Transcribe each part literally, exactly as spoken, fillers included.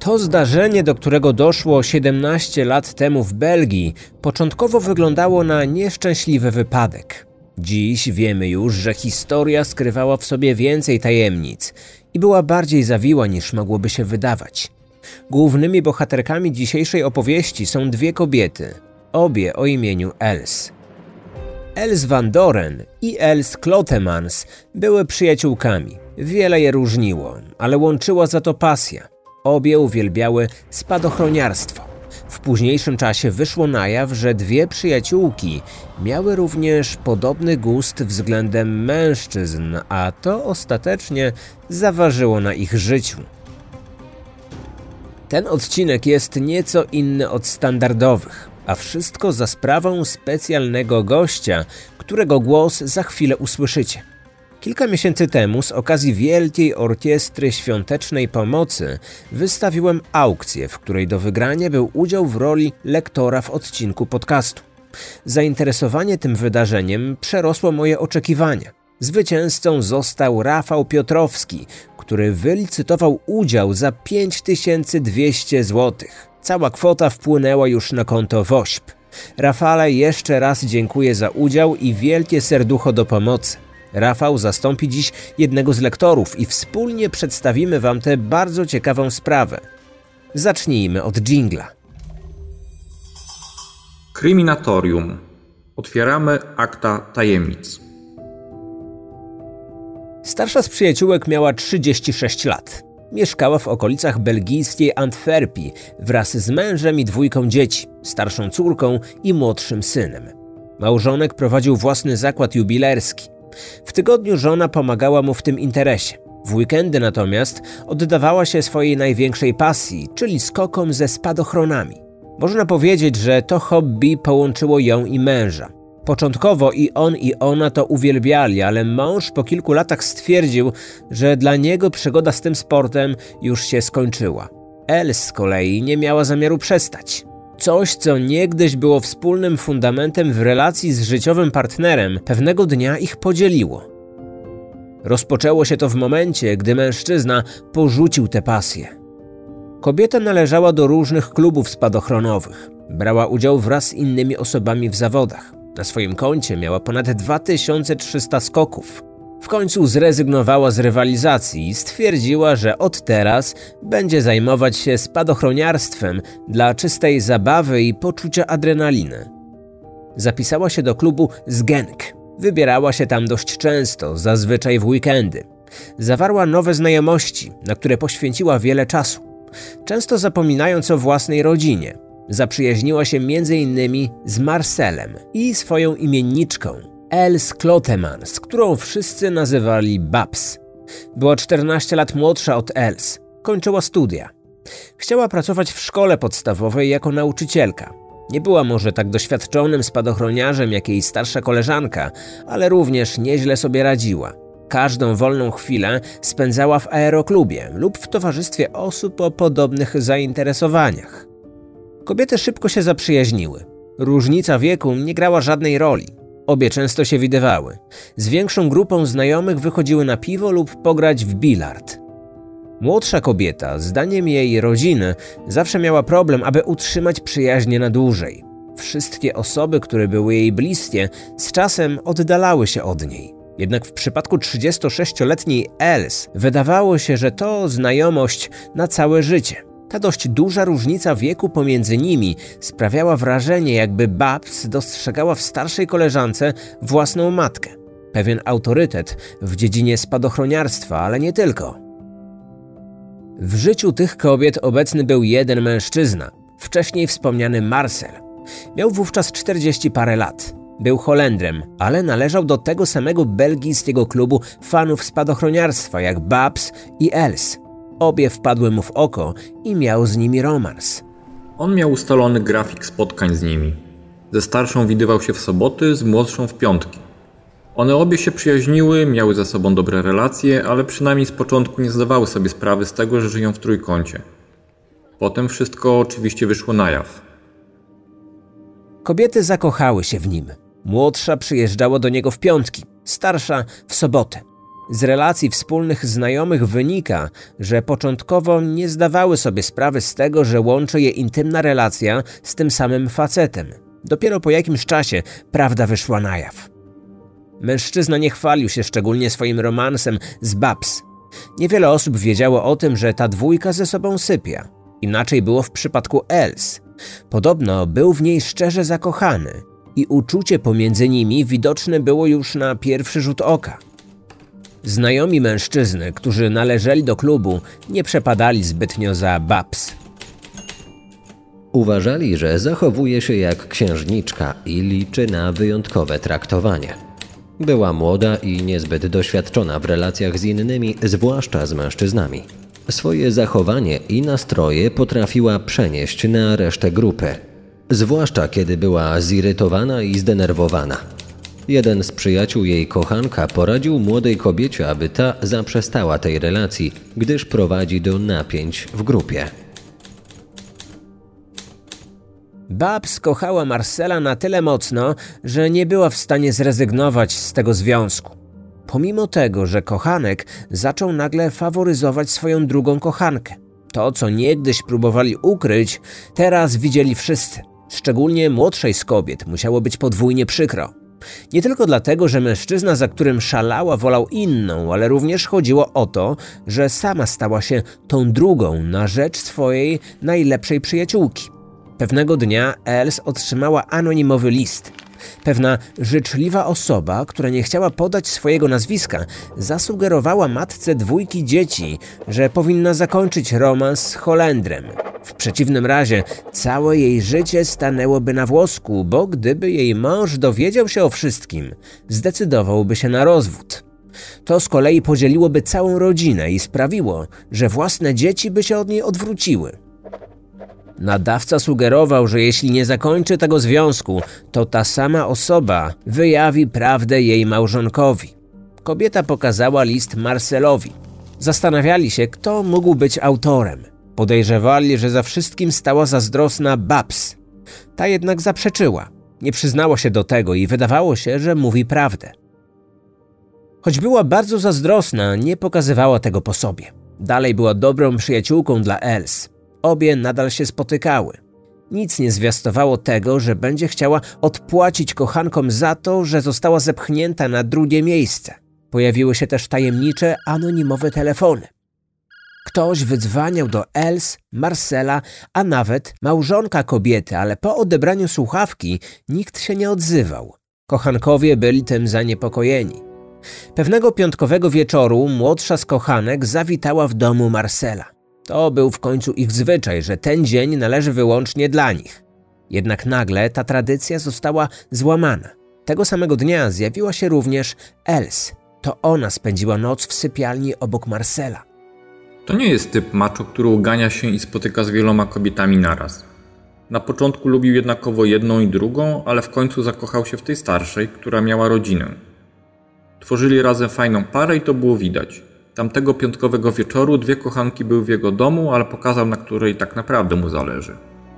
To zdarzenie, do którego doszło siedemnaście lat temu w Belgii, początkowo wyglądało na nieszczęśliwy wypadek. Dziś wiemy już, że historia skrywała w sobie więcej tajemnic i była bardziej zawiła niż mogłoby się wydawać. Głównymi bohaterkami dzisiejszej opowieści są dwie kobiety, obie o imieniu Els. Els van Doren i Els Clotemans były przyjaciółkami. Wiele je różniło, ale łączyła za to pasja. Obie uwielbiały spadochroniarstwo. W późniejszym czasie wyszło na jaw, że dwie przyjaciółki miały również podobny gust względem mężczyzn, a to ostatecznie zaważyło na ich życiu. Ten odcinek jest nieco inny od standardowych, a wszystko za sprawą specjalnego gościa, którego głos za chwilę usłyszycie. Kilka miesięcy temu z okazji Wielkiej Orkiestry Świątecznej Pomocy wystawiłem aukcję, w której do wygrania był udział w roli lektora w odcinku podcastu. Zainteresowanie tym wydarzeniem przerosło moje oczekiwania. Zwycięzcą został Rafał Piotrowski, który wylicytował udział za pięć tysięcy dwieście złotych. Cała kwota wpłynęła już na konto W O ŚP. Rafale, jeszcze raz dziękuję za udział i wielkie serducho do pomocy. Rafał zastąpi dziś jednego z lektorów i wspólnie przedstawimy Wam tę bardzo ciekawą sprawę. Zacznijmy od dżingla. Kryminatorium. Otwieramy akta tajemnic. Starsza z przyjaciółek miała trzydzieści sześć lat. Mieszkała w okolicach belgijskiej Antwerpii wraz z mężem i dwójką dzieci, starszą córką i młodszym synem. Małżonek prowadził własny zakład jubilerski. W tygodniu żona pomagała mu w tym interesie. W weekendy natomiast oddawała się swojej największej pasji, czyli skokom ze spadochronami. Można powiedzieć, że to hobby połączyło ją i męża. Początkowo i on i ona to uwielbiali, ale mąż po kilku latach stwierdził, że dla niego przygoda z tym sportem już się skończyła. Els z kolei nie miała zamiaru przestać. Coś, co niegdyś było wspólnym fundamentem w relacji z życiowym partnerem, pewnego dnia ich podzieliło. Rozpoczęło się to w momencie, gdy mężczyzna porzucił tę pasję. Kobieta należała do różnych klubów spadochronowych. Brała udział wraz z innymi osobami w zawodach. Na swoim koncie miała ponad dwa tysiące trzysta skoków. W końcu zrezygnowała z rywalizacji i stwierdziła, że od teraz będzie zajmować się spadochroniarstwem dla czystej zabawy i poczucia adrenaliny. Zapisała się do klubu Zgenk. Wybierała się tam dość często, zazwyczaj w weekendy. Zawarła nowe znajomości, na które poświęciła wiele czasu. Często zapominając o własnej rodzinie. Zaprzyjaźniła się między innymi z Marcelem i swoją imienniczką, Els Clotemans, którą wszyscy nazywali Babs. Była czternaście lat młodsza od Els. Kończyła studia. Chciała pracować w szkole podstawowej jako nauczycielka. Nie była może tak doświadczonym spadochroniarzem jak jej starsza koleżanka, ale również nieźle sobie radziła. Każdą wolną chwilę spędzała w aeroklubie lub w towarzystwie osób o podobnych zainteresowaniach. Kobiety szybko się zaprzyjaźniły. Różnica wieku nie grała żadnej roli. Obie często się widywały. Z większą grupą znajomych wychodziły na piwo lub pograć w bilard. Młodsza kobieta, zdaniem jej rodziny, zawsze miała problem, aby utrzymać przyjaźnie na dłużej. Wszystkie osoby, które były jej bliskie, z czasem oddalały się od niej. Jednak w przypadku trzydziestosześcioletniej Els wydawało się, że to znajomość na całe życie. Ta dość duża różnica wieku pomiędzy nimi sprawiała wrażenie, jakby Babs dostrzegała w starszej koleżance własną matkę. Pewien autorytet w dziedzinie spadochroniarstwa, ale nie tylko. W życiu tych kobiet obecny był jeden mężczyzna, wcześniej wspomniany Marcel. Miał wówczas czterdzieści parę lat. Był Holendrem, ale należał do tego samego belgijskiego klubu fanów spadochroniarstwa jak Babs i Els. Obie wpadły mu w oko i miał z nimi romans. On miał ustalony grafik spotkań z nimi. Ze starszą widywał się w soboty, z młodszą w piątki. One obie się przyjaźniły, miały ze sobą dobre relacje, ale przynajmniej z początku nie zdawały sobie sprawy z tego, że żyją w trójkącie. Potem wszystko oczywiście wyszło na jaw. Kobiety zakochały się w nim. Młodsza przyjeżdżała do niego w piątki, starsza w sobotę. Z relacji wspólnych znajomych wynika, że początkowo nie zdawały sobie sprawy z tego, że łączy je intymna relacja z tym samym facetem. Dopiero po jakimś czasie prawda wyszła na jaw. Mężczyzna nie chwalił się szczególnie swoim romansem z Babs. Niewiele osób wiedziało o tym, że ta dwójka ze sobą sypia. Inaczej było w przypadku Els. Podobno był w niej szczerze zakochany i uczucie pomiędzy nimi widoczne było już na pierwszy rzut oka. Znajomi mężczyzny, którzy należeli do klubu, nie przepadali zbytnio za Babs. Uważali, że zachowuje się jak księżniczka i liczy na wyjątkowe traktowanie. Była młoda i niezbyt doświadczona w relacjach z innymi, zwłaszcza z mężczyznami. Swoje zachowanie i nastroje potrafiła przenieść na resztę grupy, zwłaszcza kiedy była zirytowana i zdenerwowana. Jeden z przyjaciół jej kochanka poradził młodej kobiecie, aby ta zaprzestała tej relacji, gdyż prowadzi do napięć w grupie. Babs kochała Marcela na tyle mocno, że nie była w stanie zrezygnować z tego związku. Pomimo tego, że kochanek zaczął nagle faworyzować swoją drugą kochankę. To, co niegdyś próbowali ukryć, teraz widzieli wszyscy. Szczególnie młodszej z kobiet musiało być podwójnie przykro. Nie tylko dlatego, że mężczyzna, za którym szalała, wolał inną, ale również chodziło o to, że sama stała się tą drugą na rzecz swojej najlepszej przyjaciółki. Pewnego dnia Els otrzymała anonimowy list. Pewna życzliwa osoba, która nie chciała podać swojego nazwiska, zasugerowała matce dwójki dzieci, że powinna zakończyć romans z Holendrem. W przeciwnym razie całe jej życie stanęłoby na włosku, bo gdyby jej mąż dowiedział się o wszystkim, zdecydowałby się na rozwód. To z kolei podzieliłoby całą rodzinę i sprawiło, że własne dzieci by się od niej odwróciły. Nadawca sugerował, że jeśli nie zakończy tego związku, to ta sama osoba wyjawi prawdę jej małżonkowi. Kobieta pokazała list Marcelowi. Zastanawiali się, kto mógł być autorem. Podejrzewali, że za wszystkim stała zazdrosna Babs. Ta jednak zaprzeczyła. Nie przyznała się do tego i wydawało się, że mówi prawdę. Choć była bardzo zazdrosna, nie pokazywała tego po sobie. Dalej była dobrą przyjaciółką dla Els. Obie nadal się spotykały. Nic nie zwiastowało tego, że będzie chciała odpłacić kochankom za to, że została zepchnięta na drugie miejsce. Pojawiły się też tajemnicze, anonimowe telefony. Ktoś wydzwaniał do Els, Marcela, a nawet małżonka kobiety, ale po odebraniu słuchawki nikt się nie odzywał. Kochankowie byli tym zaniepokojeni. Pewnego piątkowego wieczoru młodsza z kochanek zawitała w domu Marcela. To był w końcu ich zwyczaj, że ten dzień należy wyłącznie dla nich. Jednak nagle ta tradycja została złamana. Tego samego dnia zjawiła się również Els. To ona spędziła noc w sypialni obok Marcela. To nie jest typ macho, który ugania się i spotyka z wieloma kobietami naraz. Na początku lubił jednakowo jedną i drugą, ale w końcu zakochał się w tej starszej, która miała rodzinę. Tworzyli razem fajną parę i to było widać. Tamtego piątkowego wieczoru dwie kochanki były w jego domu, ale pokazał, na której tak naprawdę mu zależy.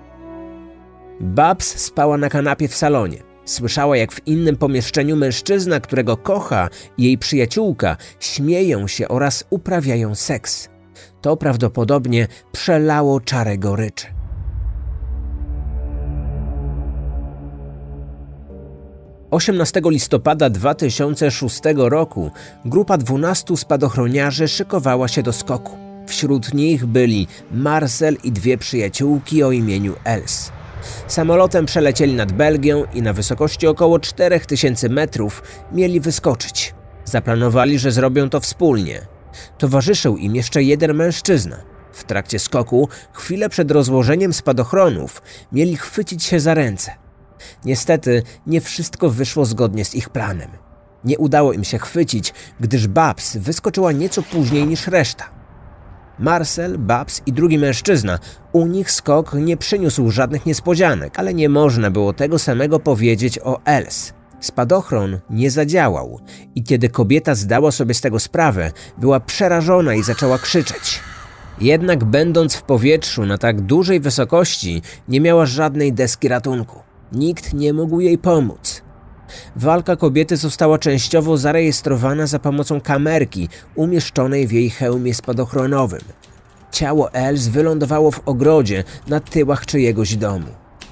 Babs spała na kanapie w salonie. Słyszała, jak w innym pomieszczeniu mężczyzna, którego kocha, i jej przyjaciółka śmieją się oraz uprawiają seks. To prawdopodobnie przelało czarę goryczy. osiemnastego listopada dwa tysiące szóstego roku grupa dwunastu spadochroniarzy szykowała się do skoku. Wśród nich byli Marcel i dwie przyjaciółki o imieniu Els. Samolotem przelecieli nad Belgią i na wysokości około czterech tysięcy metrów mieli wyskoczyć. Zaplanowali, że zrobią to wspólnie. Towarzyszył im jeszcze jeden mężczyzna. W trakcie skoku, chwilę przed rozłożeniem spadochronów, mieli chwycić się za ręce. Niestety nie wszystko wyszło zgodnie z ich planem. Nie udało im się chwycić, gdyż Babs wyskoczyła nieco później niż reszta. Marcel, Babs i drugi mężczyzna, u nich skok nie przyniósł żadnych niespodzianek, ale nie można było tego samego powiedzieć o Els. Spadochron nie zadziałał i kiedy kobieta zdała sobie z tego sprawę, była przerażona i zaczęła krzyczeć. Jednak będąc w powietrzu na tak dużej wysokości, nie miała żadnej deski ratunku. Nikt nie mógł jej pomóc. Walka kobiety została częściowo zarejestrowana za pomocą kamerki umieszczonej w jej hełmie spadochronowym. Ciało Els wylądowało w ogrodzie na tyłach czyjegoś domu.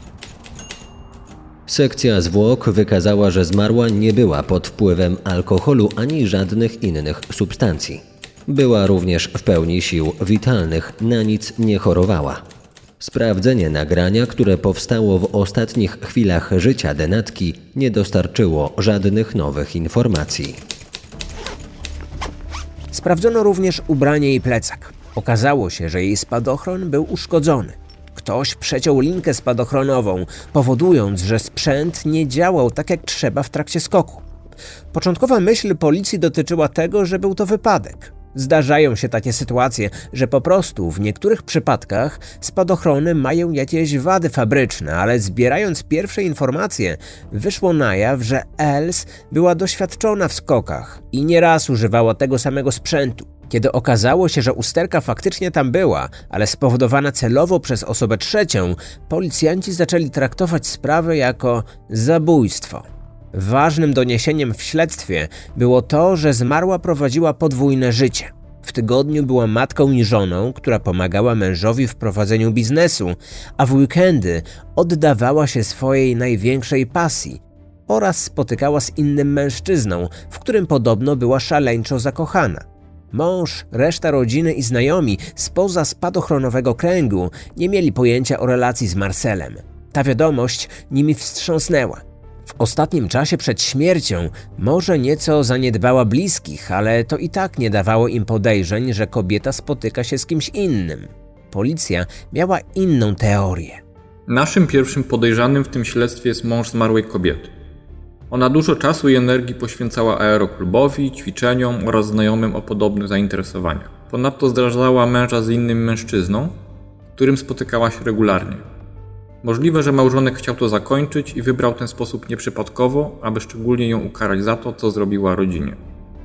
Sekcja zwłok wykazała, że zmarła nie była pod wpływem alkoholu ani żadnych innych substancji. Była również w pełni sił witalnych, na nic nie chorowała. Sprawdzenie nagrania, które powstało w ostatnich chwilach życia denatki, nie dostarczyło żadnych nowych informacji. Sprawdzono również ubranie i plecak. Okazało się, że jej spadochron był uszkodzony. Ktoś przeciął linkę spadochronową, powodując, że sprzęt nie działał tak jak trzeba w trakcie skoku. Początkowa myśl policji dotyczyła tego, że był to wypadek. Zdarzają się takie sytuacje, że po prostu w niektórych przypadkach spadochrony mają jakieś wady fabryczne, ale zbierając pierwsze informacje, wyszło na jaw, że Els była doświadczona w skokach i nieraz używała tego samego sprzętu. Kiedy okazało się, że usterka faktycznie tam była, ale spowodowana celowo przez osobę trzecią, policjanci zaczęli traktować sprawę jako zabójstwo. Ważnym doniesieniem w śledztwie było to, że zmarła prowadziła podwójne życie. W tygodniu była matką i żoną, która pomagała mężowi w prowadzeniu biznesu, a w weekendy oddawała się swojej największej pasji oraz spotykała z innym mężczyzną, w którym podobno była szaleńczo zakochana. Mąż, reszta rodziny i znajomi spoza spadochronowego kręgu nie mieli pojęcia o relacji z Marcelem. Ta wiadomość nimi wstrząsnęła. W ostatnim czasie przed śmiercią może nieco zaniedbała bliskich, ale to i tak nie dawało im podejrzeń, że kobieta spotyka się z kimś innym. Policja miała inną teorię. Naszym pierwszym podejrzanym w tym śledztwie jest mąż zmarłej kobiety. Ona dużo czasu i energii poświęcała aeroklubowi, ćwiczeniom oraz znajomym o podobnych zainteresowaniach. Ponadto zdradzała męża z innym mężczyzną, którym spotykała się regularnie. Możliwe, że małżonek chciał to zakończyć i wybrał ten sposób nieprzypadkowo, aby szczególnie ją ukarać za to, co zrobiła rodzinie.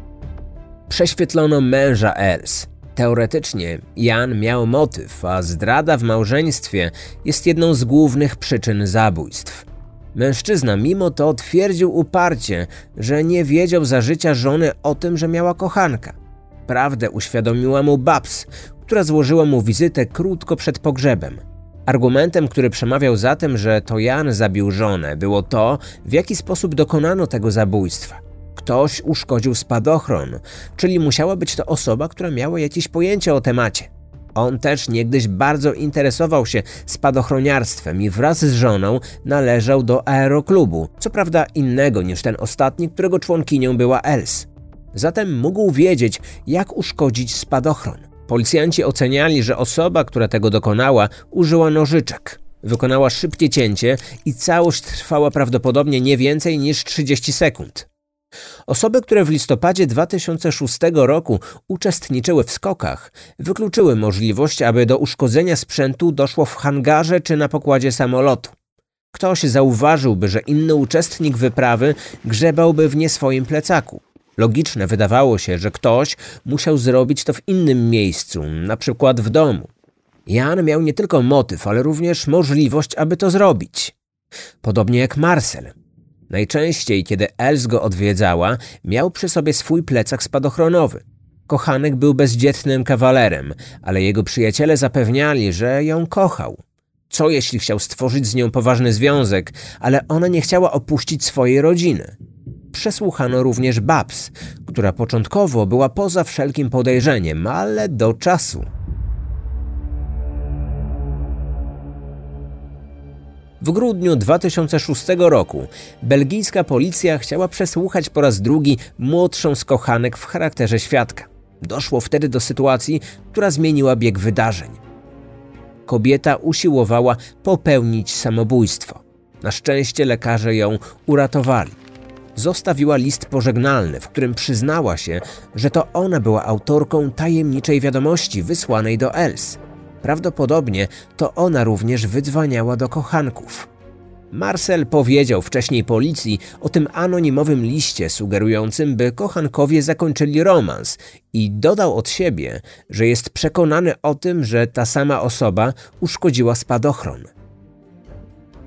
Prześwietlono męża Els. Teoretycznie Jan miał motyw, a zdrada w małżeństwie jest jedną z głównych przyczyn zabójstw. Mężczyzna mimo to twierdził uparcie, że nie wiedział za życia żony o tym, że miała kochanka. Prawdę uświadomiła mu Babs, która złożyła mu wizytę krótko przed pogrzebem. Argumentem, który przemawiał za tym, że to Jan zabił żonę, było to, w jaki sposób dokonano tego zabójstwa. Ktoś uszkodził spadochron, czyli musiała być to osoba, która miała jakieś pojęcie o temacie. On też niegdyś bardzo interesował się spadochroniarstwem i wraz z żoną należał do aeroklubu, co prawda innego niż ten ostatni, którego członkinią była Els. Zatem mógł wiedzieć, jak uszkodzić spadochron. Policjanci oceniali, że osoba, która tego dokonała, użyła nożyczek. Wykonała szybkie cięcie i całość trwała prawdopodobnie nie więcej niż trzydzieści sekund. Osoby, które w listopadzie dwa tysiące szóstego roku uczestniczyły w skokach, wykluczyły możliwość, aby do uszkodzenia sprzętu doszło w hangarze czy na pokładzie samolotu. Ktoś zauważyłby, że inny uczestnik wyprawy grzebałby w nie swoim plecaku. Logiczne wydawało się, że ktoś musiał zrobić to w innym miejscu, na przykład w domu. Jan miał nie tylko motyw, ale również możliwość, aby to zrobić. Podobnie jak Marcel. Najczęściej, kiedy Els go odwiedzała, miał przy sobie swój plecak spadochronowy. Kochanek był bezdzietnym kawalerem, ale jego przyjaciele zapewniali, że ją kochał. Co jeśli chciał stworzyć z nią poważny związek, ale ona nie chciała opuścić swojej rodziny? Przesłuchano również Babs, która początkowo była poza wszelkim podejrzeniem, ale do czasu. W grudniu dwa tysiące szóstego roku belgijska policja chciała przesłuchać po raz drugi młodszą z kochanek w charakterze świadka. Doszło wtedy do sytuacji, która zmieniła bieg wydarzeń. Kobieta usiłowała popełnić samobójstwo. Na szczęście lekarze ją uratowali. Zostawiła list pożegnalny, w którym przyznała się, że to ona była autorką tajemniczej wiadomości wysłanej do Els. Prawdopodobnie to ona również wydzwaniała do kochanków. Marcel powiedział wcześniej policji o tym anonimowym liście sugerującym, by kochankowie zakończyli romans i dodał od siebie, że jest przekonany o tym, że ta sama osoba uszkodziła spadochron.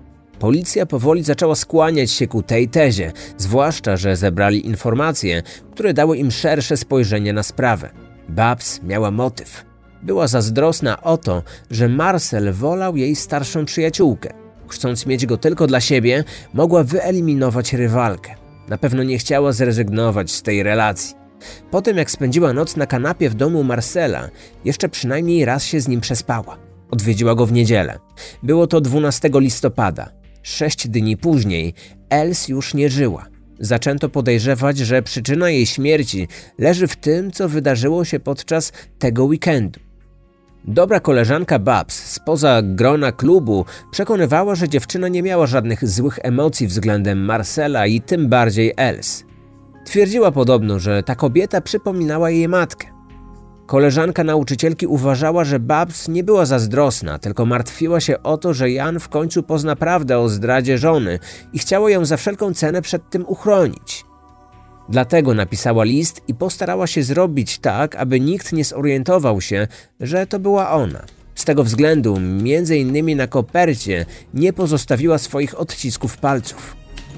Policja powoli zaczęła skłaniać się ku tej tezie, zwłaszcza że zebrali informacje, które dały im szersze spojrzenie na sprawę. Babs miała motyw. Była zazdrosna o to, że Marcel wolał jej starszą przyjaciółkę. Chcąc mieć go tylko dla siebie, mogła wyeliminować rywalkę. Na pewno nie chciała zrezygnować z tej relacji. Po tym jak spędziła noc na kanapie w domu Marcela, jeszcze przynajmniej raz się z nim przespała. Odwiedziła go w niedzielę. Było to dwunastego listopada. Sześć dni później Els już nie żyła. Zaczęto podejrzewać, że przyczyna jej śmierci leży w tym, co wydarzyło się podczas tego weekendu. Dobra koleżanka Babs spoza grona klubu przekonywała, że dziewczyna nie miała żadnych złych emocji względem Marcela i tym bardziej Els. Twierdziła podobno, że ta kobieta przypominała jej matkę. Koleżanka nauczycielki uważała, że Babs nie była zazdrosna, tylko martwiła się o to, że Jan w końcu pozna prawdę o zdradzie żony i chciała ją za wszelką cenę przed tym uchronić. Dlatego napisała list i postarała się zrobić tak, aby nikt nie zorientował się, że to była ona. Z tego względu, między innymi na kopercie, nie pozostawiła swoich odcisków palców.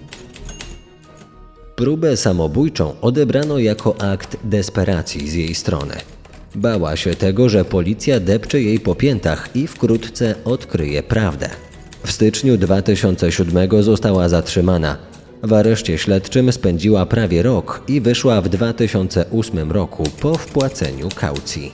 Próbę samobójczą odebrano jako akt desperacji z jej strony. Bała się tego, że policja depcze jej po piętach i wkrótce odkryje prawdę. W styczniu dwa tysiące siódmego została zatrzymana. W areszcie śledczym spędziła prawie rok i wyszła w dwa tysiące ósmym roku po wpłaceniu kaucji.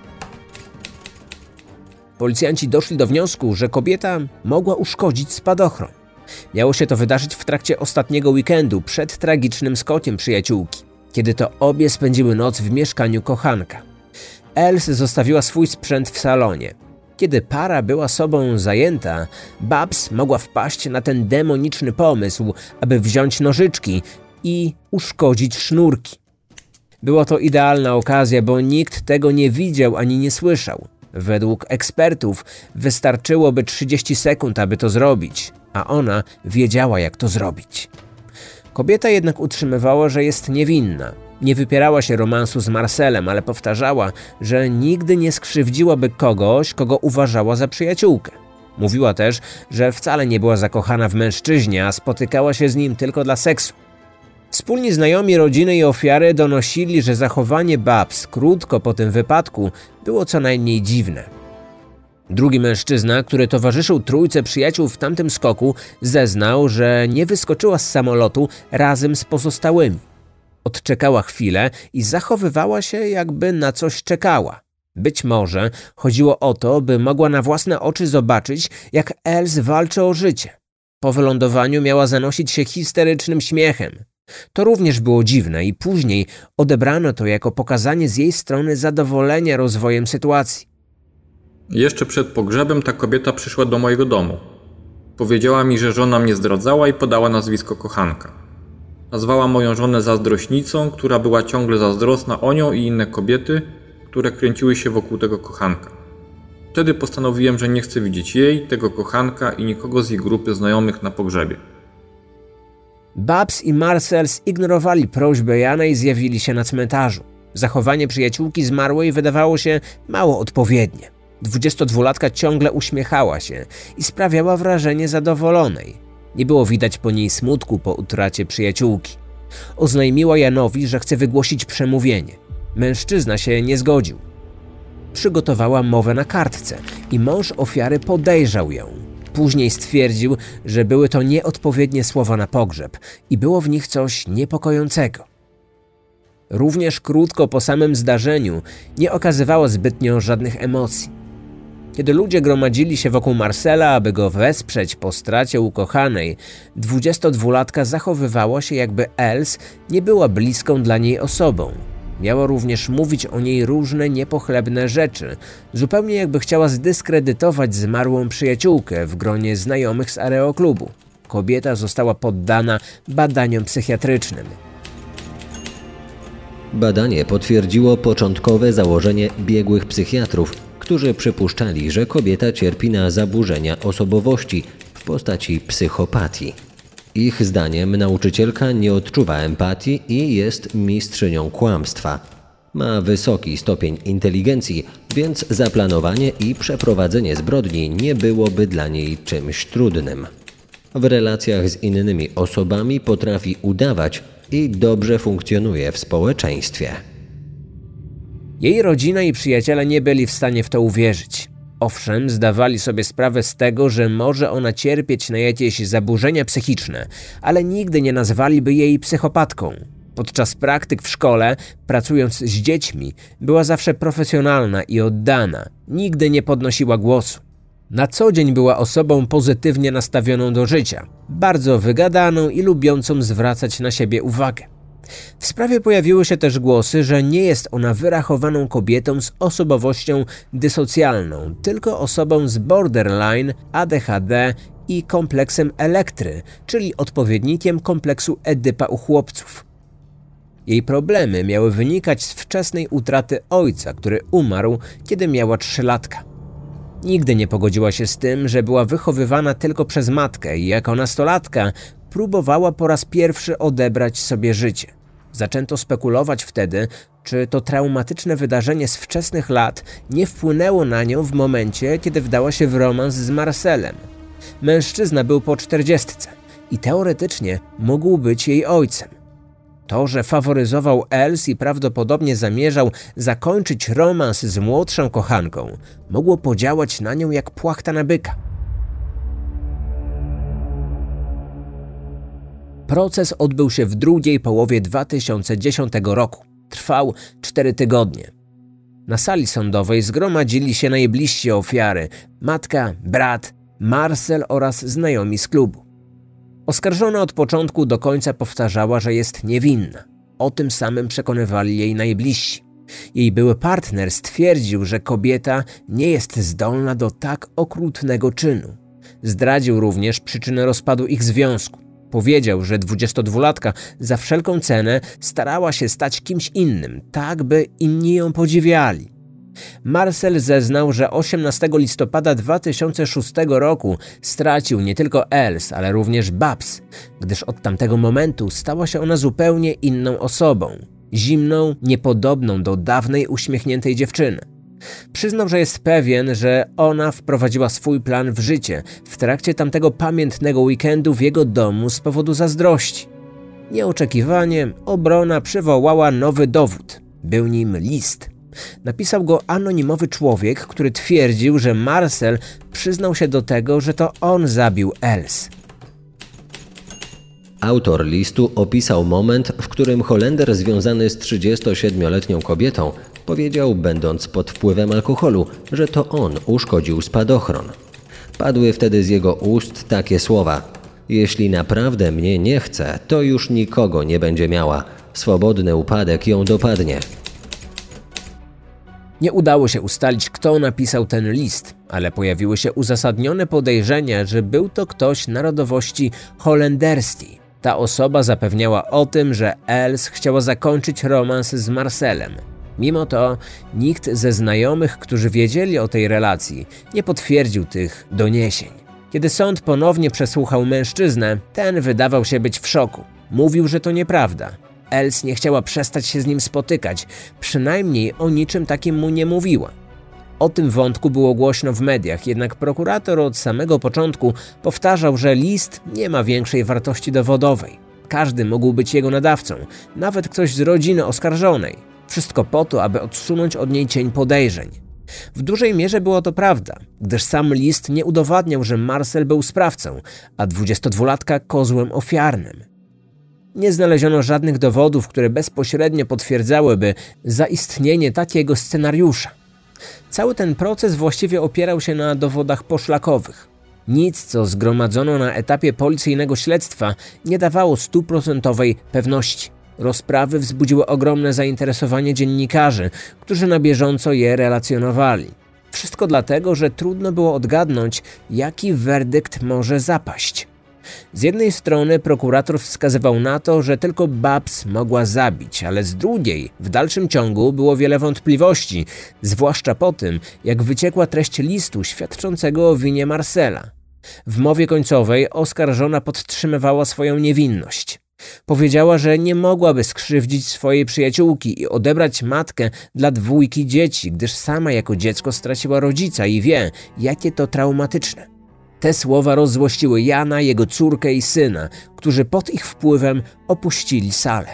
Policjanci doszli do wniosku, że kobieta mogła uszkodzić spadochron. Miało się to wydarzyć w trakcie ostatniego weekendu przed tragicznym skokiem przyjaciółki, kiedy to obie spędziły noc w mieszkaniu kochanka. Els zostawiła swój sprzęt w salonie. Kiedy para była sobą zajęta, Babs mogła wpaść na ten demoniczny pomysł, aby wziąć nożyczki i uszkodzić sznurki. Była to idealna okazja, bo nikt tego nie widział ani nie słyszał. Według ekspertów wystarczyłoby trzydzieści sekund, aby to zrobić, a ona wiedziała, jak to zrobić. Kobieta jednak utrzymywała, że jest niewinna. Nie wypierała się romansu z Marcelem, ale powtarzała, że nigdy nie skrzywdziłaby kogoś, kogo uważała za przyjaciółkę. Mówiła też, że wcale nie była zakochana w mężczyźnie, a spotykała się z nim tylko dla seksu. Wspólni znajomi rodziny i ofiary donosili, że zachowanie Babs krótko po tym wypadku było co najmniej dziwne. Drugi mężczyzna, który towarzyszył trójce przyjaciół w tamtym skoku, zeznał, że nie wyskoczyła z samolotu razem z pozostałymi. Odczekała chwilę i zachowywała się, jakby na coś czekała. Być może chodziło o to, by mogła na własne oczy zobaczyć, jak Els walczy o życie. Po wylądowaniu miała zanosić się histerycznym śmiechem. To również było dziwne i później odebrano to jako pokazanie z jej strony zadowolenia rozwojem sytuacji. Jeszcze przed pogrzebem ta kobieta przyszła do mojego domu. Powiedziała mi, że żona mnie zdradzała i podała nazwisko kochanka. Nazwała moją żonę zazdrośnicą, która była ciągle zazdrosna o nią i inne kobiety, które kręciły się wokół tego kochanka. Wtedy postanowiłem, że nie chcę widzieć jej, tego kochanka i nikogo z jej grupy znajomych na pogrzebie. Babs i Marcel zignorowali prośbę Jana i zjawili się na cmentarzu. Zachowanie przyjaciółki zmarłej wydawało się mało odpowiednie. Dwudziestodwulatka ciągle uśmiechała się i sprawiała wrażenie zadowolonej. Nie było widać po niej smutku po utracie przyjaciółki. Oznajmiła Janowi, że chce wygłosić przemówienie. Mężczyzna się nie zgodził. Przygotowała mowę na kartce i mąż ofiary podejrzał ją. Później stwierdził, że były to nieodpowiednie słowa na pogrzeb i było w nich coś niepokojącego. Również krótko po samym zdarzeniu nie okazywała zbytnio żadnych emocji. Kiedy ludzie gromadzili się wokół Marcela, aby go wesprzeć po stracie ukochanej, dwudziestodwulatka zachowywała się, jakby Els nie była bliską dla niej osobą. Miała również mówić o niej różne niepochlebne rzeczy, zupełnie jakby chciała zdyskredytować zmarłą przyjaciółkę w gronie znajomych z aeroklubu. Kobieta została poddana badaniom psychiatrycznym. Badanie potwierdziło początkowe założenie biegłych psychiatrów, którzy przypuszczali, że kobieta cierpi na zaburzenia osobowości w postaci psychopatii. Ich zdaniem nauczycielka nie odczuwa empatii i jest mistrzynią kłamstwa. Ma wysoki stopień inteligencji, więc zaplanowanie i przeprowadzenie zbrodni nie byłoby dla niej czymś trudnym. W relacjach z innymi osobami potrafi udawać i dobrze funkcjonuje w społeczeństwie. Jej rodzina i przyjaciele nie byli w stanie w to uwierzyć. Owszem, zdawali sobie sprawę z tego, że może ona cierpieć na jakieś zaburzenia psychiczne, ale nigdy nie nazwaliby jej psychopatką. Podczas praktyk w szkole, pracując z dziećmi, była zawsze profesjonalna i oddana. Nigdy nie podnosiła głosu. Na co dzień była osobą pozytywnie nastawioną do życia, bardzo wygadaną i lubiącą zwracać na siebie uwagę. W sprawie pojawiły się też głosy, że nie jest ona wyrachowaną kobietą z osobowością dysocjalną, tylko osobą z borderline, A D H D i kompleksem Elektry, czyli odpowiednikiem kompleksu Edypa u chłopców. Jej problemy miały wynikać z wczesnej utraty ojca, który umarł, kiedy miała trzylatka. Nigdy nie pogodziła się z tym, że była wychowywana tylko przez matkę i jako nastolatka próbowała po raz pierwszy odebrać sobie życie. Zaczęto spekulować wtedy, czy to traumatyczne wydarzenie z wczesnych lat nie wpłynęło na nią w momencie, kiedy wdała się w romans z Marcelem. Mężczyzna był po czterdziestce i teoretycznie mógł być jej ojcem. To, że faworyzował Els i prawdopodobnie zamierzał zakończyć romans z młodszą kochanką, mogło podziałać na nią jak płachta na byka. Proces odbył się w drugiej połowie dwa tysiące dziesiątego roku. Trwał cztery tygodnie. Na sali sądowej zgromadzili się najbliżsi ofiary: matka, brat, Marcel oraz znajomi z klubu. Oskarżona od początku do końca powtarzała, że jest niewinna. O tym samym przekonywali jej najbliżsi. Jej były partner stwierdził, że kobieta nie jest zdolna do tak okrutnego czynu. Zdradził również przyczynę rozpadu ich związku. Powiedział, że dwudziestodwulatka za wszelką cenę starała się stać kimś innym, tak by inni ją podziwiali. Marcel zeznał, że osiemnastego listopada dwa tysiące szóstego roku stracił nie tylko Els, ale również Babs, gdyż od tamtego momentu stała się ona zupełnie inną osobą. Zimną, niepodobną do dawnej uśmiechniętej dziewczyny. Przyznał, że jest pewien, że ona wprowadziła swój plan w życie w trakcie tamtego pamiętnego weekendu w jego domu z powodu zazdrości. Nieoczekiwanie obrona przywołała nowy dowód. Był nim list. Napisał go anonimowy człowiek, który twierdził, że Marcel przyznał się do tego, że to on zabił Els. Autor listu opisał moment, w którym Holender związany z trzydziestosiedmioletnią kobietą powiedział, będąc pod wpływem alkoholu, że to on uszkodził spadochron. Padły wtedy z jego ust takie słowa: jeśli naprawdę mnie nie chce, to już nikogo nie będzie miała. Swobodny upadek ją dopadnie. Nie udało się ustalić, kto napisał ten list, ale pojawiły się uzasadnione podejrzenia, że był to ktoś narodowości holenderskiej. Ta osoba zapewniała o tym, że Els chciała zakończyć romans z Marcelem. Mimo to nikt ze znajomych, którzy wiedzieli o tej relacji, nie potwierdził tych doniesień. Kiedy sąd ponownie przesłuchał mężczyznę, ten wydawał się być w szoku. Mówił, że to nieprawda. Els nie chciała przestać się z nim spotykać, przynajmniej o niczym takim mu nie mówiła. O tym wątku było głośno w mediach, jednak prokurator od samego początku powtarzał, że list nie ma większej wartości dowodowej. Każdy mógł być jego nadawcą, nawet ktoś z rodziny oskarżonej. Wszystko po to, aby odsunąć od niej cień podejrzeń. W dużej mierze było to prawda, gdyż sam list nie udowadniał, że Marcel był sprawcą, a dwudziestodwulatka kozłem ofiarnym. Nie znaleziono żadnych dowodów, które bezpośrednio potwierdzałyby zaistnienie takiego scenariusza. Cały ten proces właściwie opierał się na dowodach poszlakowych. Nic, co zgromadzono na etapie policyjnego śledztwa, nie dawało stuprocentowej pewności. Rozprawy wzbudziły ogromne zainteresowanie dziennikarzy, którzy na bieżąco je relacjonowali. Wszystko dlatego, że trudno było odgadnąć, jaki werdykt może zapaść. Z jednej strony prokurator wskazywał na to, że tylko Babs mogła zabić, ale z drugiej, w dalszym ciągu było wiele wątpliwości, zwłaszcza po tym, jak wyciekła treść listu świadczącego o winie Marcela. W mowie końcowej oskarżona podtrzymywała swoją niewinność. Powiedziała, że nie mogłaby skrzywdzić swojej przyjaciółki i odebrać matkę dla dwójki dzieci, gdyż sama jako dziecko straciła rodzica i wie, jakie to traumatyczne. Te słowa rozzłościły Jana, jego córkę i syna, którzy pod ich wpływem opuścili salę.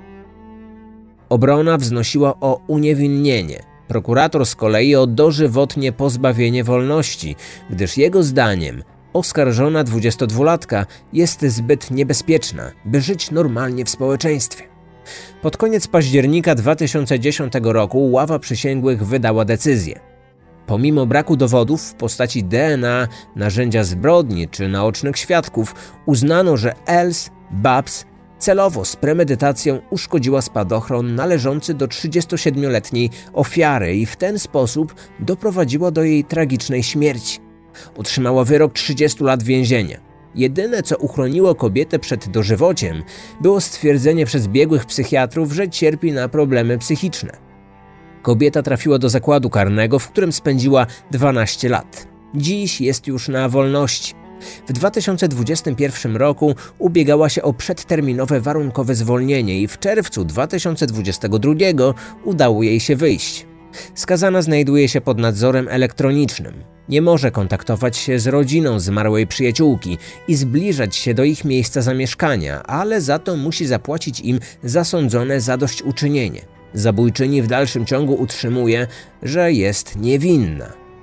Obrona wznosiła o uniewinnienie. Prokurator z kolei o dożywotnie pozbawienie wolności, gdyż jego zdaniem oskarżona dwudziestodwulatka jest zbyt niebezpieczna, by żyć normalnie w społeczeństwie. Pod koniec października dwa tysiące dziesiątego roku ława przysięgłych wydała decyzję. Pomimo braku dowodów w postaci D N A, narzędzia zbrodni czy naocznych świadków, uznano, że Els Babs celowo z premedytacją uszkodziła spadochron należący do trzydziestosiedmioletniej ofiary i w ten sposób doprowadziła do jej tragicznej śmierci. Otrzymała wyrok trzydziestu lat więzienia. Jedyne, co uchroniło kobietę przed dożywociem, było stwierdzenie przez biegłych psychiatrów, że cierpi na problemy psychiczne. Kobieta trafiła do zakładu karnego, w którym spędziła dwanaście lat. Dziś jest już na wolności. W dwa tysiące dwudziestym pierwszym roku ubiegała się o przedterminowe warunkowe zwolnienie i w czerwcu dwa tysiące dwudziestego drugiego udało jej się wyjść. Skazana znajduje się pod nadzorem elektronicznym. Nie może kontaktować się z rodziną zmarłej przyjaciółki i zbliżać się do ich miejsca zamieszkania, ale za to musi zapłacić im zasądzone zadośćuczynienie. Zabójczyni w dalszym ciągu utrzymuje, że jest niewinna.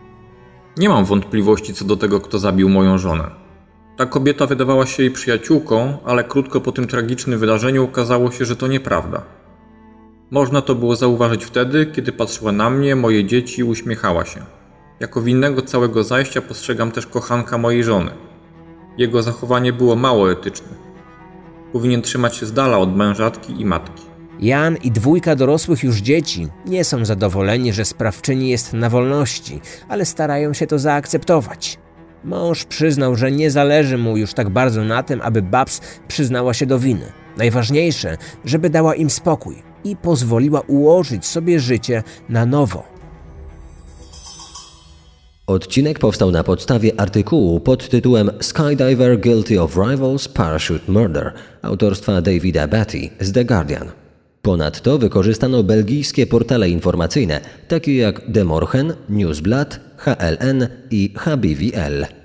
Nie mam wątpliwości co do tego, kto zabił moją żonę. Ta kobieta wydawała się jej przyjaciółką, ale krótko po tym tragicznym wydarzeniu okazało się, że to nieprawda. Można to było zauważyć wtedy, kiedy patrzyła na mnie, moje dzieci i uśmiechała się. Jako winnego całego zajścia postrzegam też kochanka mojej żony. Jego zachowanie było mało etyczne. Powinien trzymać się z dala od mężatki i matki. Jan i dwójka dorosłych już dzieci nie są zadowoleni, że sprawczyni jest na wolności, ale starają się to zaakceptować. Mąż przyznał, że nie zależy mu już tak bardzo na tym, aby Babs przyznała się do winy. Najważniejsze, żeby dała im spokój i pozwoliła ułożyć sobie życie na nowo. Odcinek powstał na podstawie artykułu pod tytułem Skydiver Guilty of Rivals Parachute Murder autorstwa Davida Batty z The Guardian. Ponadto wykorzystano belgijskie portale informacyjne, takie jak De Morgen, Nieuwsblad, H L N i H B V L.